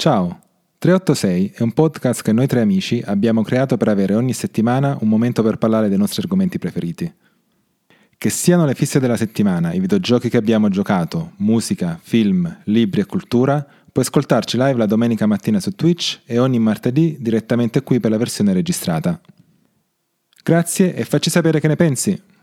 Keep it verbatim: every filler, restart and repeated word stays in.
Ciao! trecentoottantasei è un podcast che noi tre amici abbiamo creato per avere ogni settimana un momento per parlare dei nostri argomenti preferiti. Che siano le fisse della settimana, i videogiochi che abbiamo giocato, musica, film, libri e cultura, puoi ascoltarci live la domenica mattina su Twitch e ogni martedì direttamente qui per la versione registrata. Grazie e facci sapere che ne pensi!